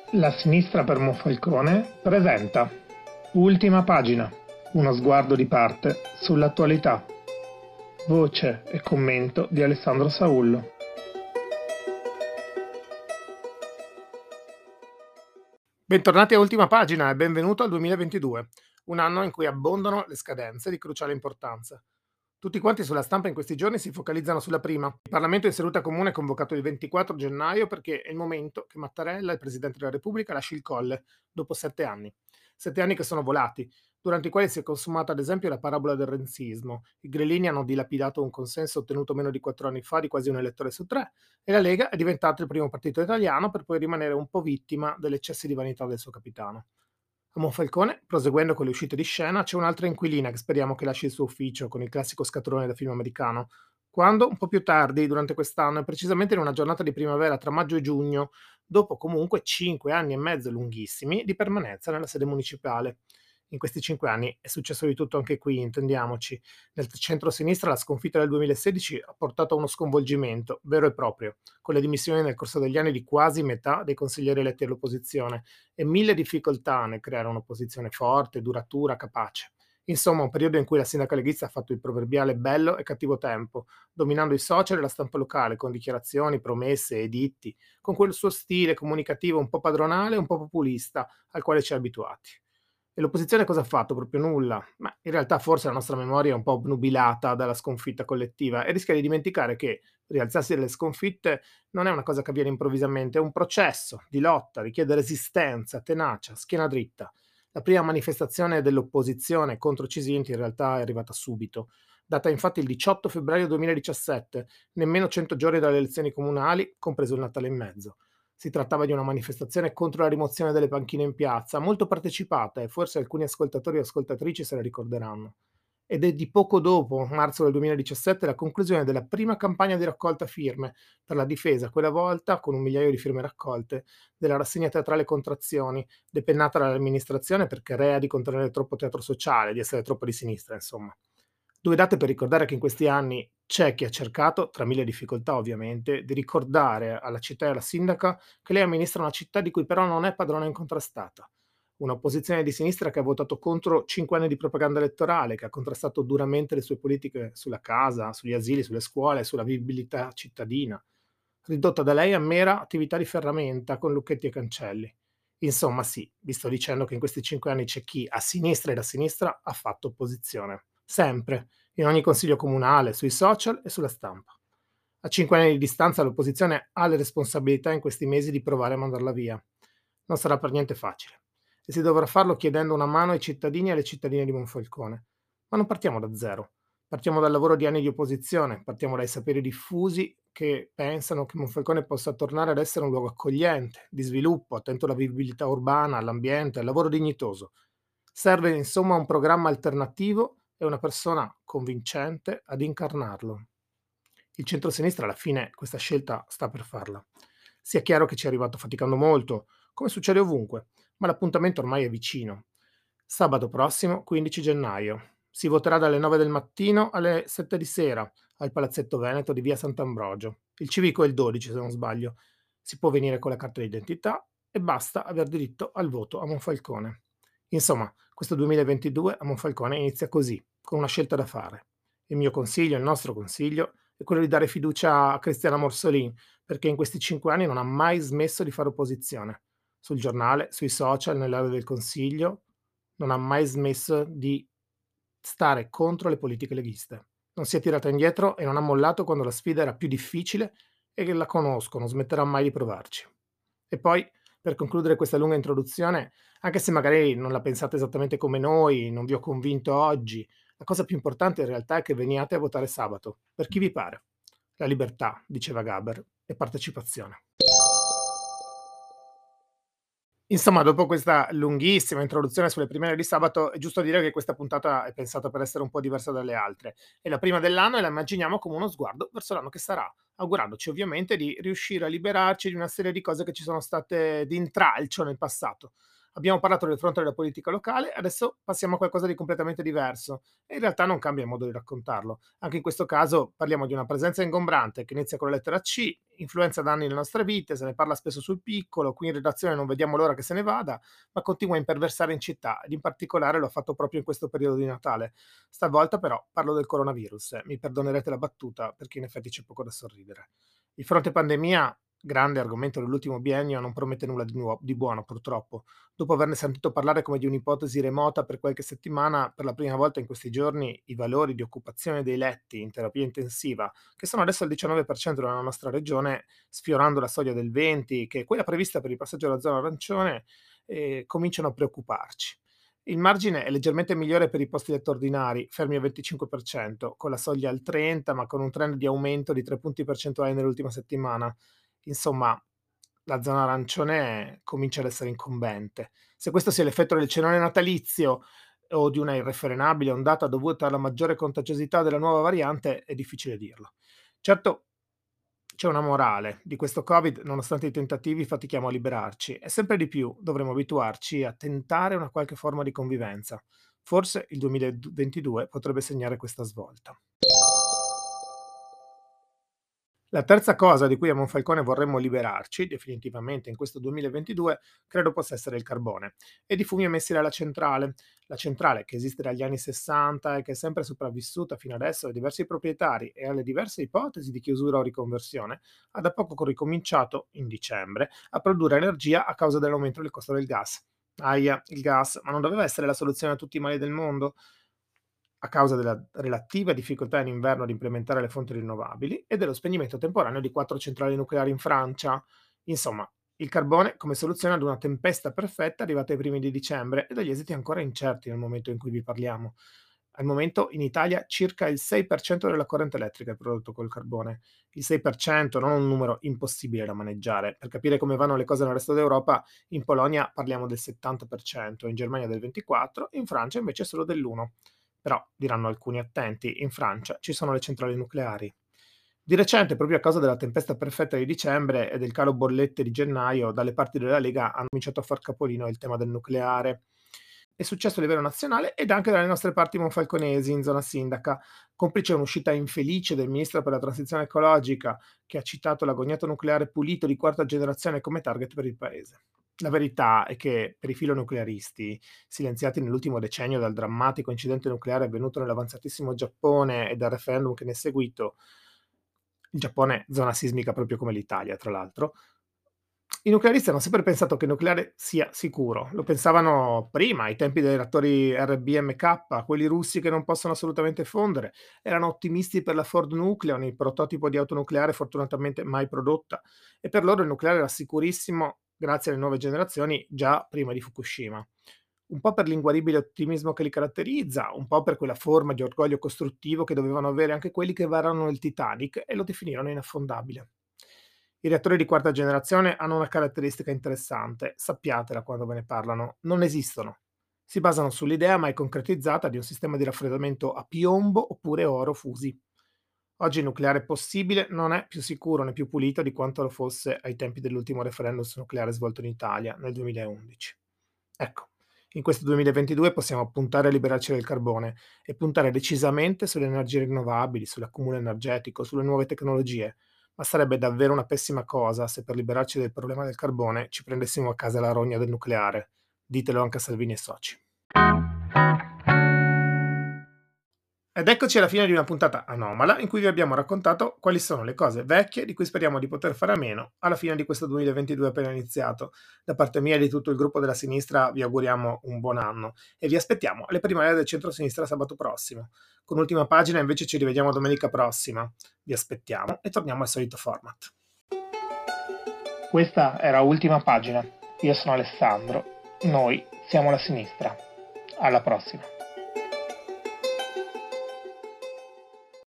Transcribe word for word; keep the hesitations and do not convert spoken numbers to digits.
La sinistra per Monfalcone presenta Ultima pagina, uno sguardo di parte sull'attualità. Voce e commento di Alessandro Saullo. Bentornati a Ultima Pagina e benvenuto al duemilaventidue, un anno in cui abbondano le scadenze di cruciale importanza. Tutti quanti sulla stampa in questi giorni si focalizzano sulla prima. Il Parlamento in seduta comune è convocato il ventiquattro gennaio perché è il momento che Mattarella, il Presidente della Repubblica, lasci il colle dopo sette anni. Sette anni che sono volati, durante i quali si è consumata ad esempio la parabola del renzismo. I grillini hanno dilapidato un consenso ottenuto meno di quattro anni fa di quasi un elettore su tre e la Lega è diventato il primo partito italiano per poi rimanere un po' vittima degli eccessi di vanità del suo capitano. A Monfalcone, proseguendo con le uscite di scena, c'è un'altra inquilina che speriamo che lasci il suo ufficio con il classico scatolone da film americano, quando, un po' più tardi, durante quest'anno, e precisamente in una giornata di primavera tra maggio e giugno, dopo comunque cinque anni e mezzo lunghissimi di permanenza nella sede municipale. In questi cinque anni è successo di tutto anche qui, intendiamoci. Nel centro-sinistra la sconfitta del duemilasedici ha portato a uno sconvolgimento vero e proprio, con le dimissioni nel corso degli anni di quasi metà dei consiglieri eletti all'opposizione e mille difficoltà nel creare un'opposizione forte, duratura, capace. Insomma, un periodo in cui la sindaca leghista ha fatto il proverbiale bello e cattivo tempo, dominando i social e la stampa locale con dichiarazioni, promesse, editti, con quel suo stile comunicativo un po' padronale e un po' populista al quale ci ha abituati. E l'opposizione cosa ha fatto? Proprio nulla. Ma in realtà forse la nostra memoria è un po' obnubilata dalla sconfitta collettiva e rischia di dimenticare che rialzarsi dalle sconfitte non è una cosa che avviene improvvisamente, è un processo di lotta, richiede resistenza, tenacia, schiena dritta. La prima manifestazione dell'opposizione contro Cisinti in realtà è arrivata subito, data infatti il diciotto febbraio duemiladiciassette, nemmeno cento giorni dalle elezioni comunali, compreso il Natale in mezzo. Si trattava di una manifestazione contro la rimozione delle panchine in piazza, molto partecipata e forse alcuni ascoltatori e ascoltatrici se la ricorderanno. Ed è di poco dopo, marzo del duemiladiciassette, la conclusione della prima campagna di raccolta firme per la difesa, quella volta, con un migliaio di firme raccolte, della rassegna teatrale Contrazioni, depennata dall'amministrazione perché rea di contenere troppo teatro sociale, di essere troppo di sinistra, insomma. Due date per ricordare che in questi anni c'è chi ha cercato, tra mille difficoltà ovviamente, di ricordare alla città e alla sindaca che lei amministra una città di cui però non è padrona incontrastata. Un'opposizione di sinistra che ha votato contro cinque anni di propaganda elettorale, che ha contrastato duramente le sue politiche sulla casa, sugli asili, sulle scuole, sulla vivibilità cittadina, ridotta da lei a mera attività di ferramenta con lucchetti e cancelli. Insomma, sì, vi sto dicendo che in questi cinque anni c'è chi, a sinistra e da sinistra, ha fatto opposizione. Sempre, in ogni consiglio comunale, sui social e sulla stampa. A cinque anni di distanza l'opposizione ha le responsabilità in questi mesi di provare a mandarla via. Non sarà per niente facile e si dovrà farlo chiedendo una mano ai cittadini e alle cittadine di Monfalcone. Ma non partiamo da zero. Partiamo dal lavoro di anni di opposizione, partiamo dai saperi diffusi che pensano che Monfalcone possa tornare ad essere un luogo accogliente, di sviluppo, attento alla vivibilità urbana, all'ambiente, al lavoro dignitoso. Serve insomma un programma alternativo e una persona convincente ad incarnarlo. Il centrosinistra alla fine questa scelta sta per farla. Sia chiaro che ci è arrivato faticando molto, come succede ovunque, ma l'appuntamento ormai è vicino. Sabato prossimo, quindici gennaio. Si voterà dalle nove del mattino alle sette di sera al Palazzetto Veneto di via Sant'Ambrogio. Il civico è il dodici, se non sbaglio. Si può venire con la carta d'identità e basta aver diritto al voto a Monfalcone. Insomma, questo duemilaventidue a Monfalcone inizia così, con una scelta da fare. Il mio consiglio, il nostro consiglio, è quello di dare fiducia a Cristiana Morsolin, perché in questi cinque anni non ha mai smesso di fare opposizione. Sul giornale, sui social, nell'aula del consiglio, non ha mai smesso di stare contro le politiche leghiste. Non si è tirata indietro e non ha mollato quando la sfida era più difficile e che la conosco, non smetterà mai di provarci. E poi, per concludere questa lunga introduzione, anche se magari non la pensate esattamente come noi, non vi ho convinto oggi, la cosa più importante in realtà è che veniate a votare sabato, per chi vi pare. La libertà, diceva Gaber, e partecipazione. Insomma, dopo questa lunghissima introduzione sulle primarie di sabato, è giusto dire che questa puntata è pensata per essere un po' diversa dalle altre. È la prima dell'anno e la immaginiamo come uno sguardo verso l'anno che sarà, augurandoci ovviamente di riuscire a liberarci di una serie di cose che ci sono state d'intralcio nel passato. Abbiamo parlato del fronte della politica locale, adesso passiamo a qualcosa di completamente diverso e in realtà non cambia il modo di raccontarlo. Anche in questo caso parliamo di una presenza ingombrante che inizia con la lettera C, influenza da anni le nostre vite, se ne parla spesso sul piccolo, qui in redazione non vediamo l'ora che se ne vada, ma continua a imperversare in città ed in particolare lo ha fatto proprio in questo periodo di Natale. Stavolta però parlo del coronavirus, eh, mi perdonerete la battuta perché in effetti c'è poco da sorridere. Il fronte pandemia, grande argomento dell'ultimo biennio, non promette nulla di, nuovo, di buono purtroppo. Dopo averne sentito parlare come di un'ipotesi remota per qualche settimana, per la prima volta in questi giorni i valori di occupazione dei letti in terapia intensiva, che sono adesso al diciannove per cento nella nostra regione, sfiorando la soglia del venti, che è quella prevista per il passaggio alla zona arancione, eh, cominciano a preoccuparci. Il margine è leggermente migliore per i posti letto ordinari, fermi al venticinque per cento, con la soglia al trenta, ma con un trend di aumento di tre punti percentuali nell'ultima settimana. Insomma, la zona arancione comincia ad essere incombente. Se questo sia l'effetto del cenone natalizio o di una irrefrenabile ondata dovuta alla maggiore contagiosità della nuova variante, è difficile dirlo. Certo, c'è una morale. Di questo Covid, nonostante i tentativi, fatichiamo a liberarci e sempre di più dovremo abituarci a tentare una qualche forma di convivenza. Forse il duemilaventidue potrebbe segnare questa svolta. La terza cosa di cui a Monfalcone vorremmo liberarci, definitivamente in questo duemilaventidue, credo possa essere il carbone ed i fumi emessi dalla centrale. La centrale, che esiste dagli anni sessanta e che è sempre sopravvissuta fino adesso ai diversi proprietari e alle diverse ipotesi di chiusura o riconversione, ha da poco ricominciato, in dicembre, a produrre energia a causa dell'aumento del costo del gas. Aia, il gas, ma non doveva essere la soluzione a tutti i mali del mondo? A causa della relativa difficoltà in inverno ad implementare le fonti rinnovabili e dello spegnimento temporaneo di quattro centrali nucleari in Francia. Insomma, il carbone come soluzione ad una tempesta perfetta arrivata ai primi di dicembre e dagli esiti ancora incerti nel momento in cui vi parliamo. Al momento in Italia circa il sei per cento della corrente elettrica è prodotto col carbone. Il sei per cento non è un numero impossibile da maneggiare. Per capire come vanno le cose nel resto d'Europa, in Polonia parliamo del settanta per cento, in Germania del ventiquattro per cento, in Francia invece solo dell'uno per cento. Però, diranno alcuni attenti, in Francia ci sono le centrali nucleari. Di recente, proprio a causa della tempesta perfetta di dicembre e del calo bollette di gennaio, dalle parti della Lega hanno cominciato a far capolino il tema del nucleare. È successo a livello nazionale ed anche dalle nostre parti monfalconesi, in zona sindaca, complice un'uscita infelice del ministro per la transizione ecologica, che ha citato l'agognato nucleare pulito di quarta generazione come target per il paese. La verità è che per i filonuclearisti, silenziati nell'ultimo decennio dal drammatico incidente nucleare avvenuto nell'avanzatissimo Giappone e dal referendum che ne è seguito, il Giappone zona sismica proprio come l'Italia, tra l'altro, i nuclearisti hanno sempre pensato che il nucleare sia sicuro. Lo pensavano prima, ai tempi dei reattori R B M K, quelli russi che non possono assolutamente fondere. Erano ottimisti per la Ford Nucleon, il prototipo di auto nucleare fortunatamente mai prodotta. E per loro il nucleare era sicurissimo grazie alle nuove generazioni già prima di Fukushima. Un po' per l'inguaribile ottimismo che li caratterizza, un po' per quella forma di orgoglio costruttivo che dovevano avere anche quelli che vararono il Titanic e lo definirono inaffondabile. I reattori di quarta generazione hanno una caratteristica interessante, sappiatela quando ve ne parlano, non esistono. Si basano sull'idea mai concretizzata di un sistema di raffreddamento a piombo oppure oro fusi. Oggi il nucleare possibile non è più sicuro né più pulito di quanto lo fosse ai tempi dell'ultimo referendum nucleare svolto in Italia nel duemilaundici. Ecco, in questo duemilaventidue possiamo puntare a liberarci del carbone e puntare decisamente sulle energie rinnovabili, sull'accumulo energetico, sulle nuove tecnologie, ma sarebbe davvero una pessima cosa se per liberarci del problema del carbone ci prendessimo a casa la rogna del nucleare. Ditelo anche a Salvini e soci. Ed eccoci alla fine di una puntata anomala in cui vi abbiamo raccontato quali sono le cose vecchie di cui speriamo di poter fare a meno alla fine di questo duemilaventidue appena iniziato. Da parte mia e di tutto il gruppo della sinistra vi auguriamo un buon anno e vi aspettiamo alle primarie del centro-sinistra sabato prossimo. Con Ultima Pagina invece ci rivediamo domenica prossima. Vi aspettiamo e torniamo al solito format. Questa era Ultima Pagina. Io sono Alessandro. Noi siamo la sinistra. Alla prossima.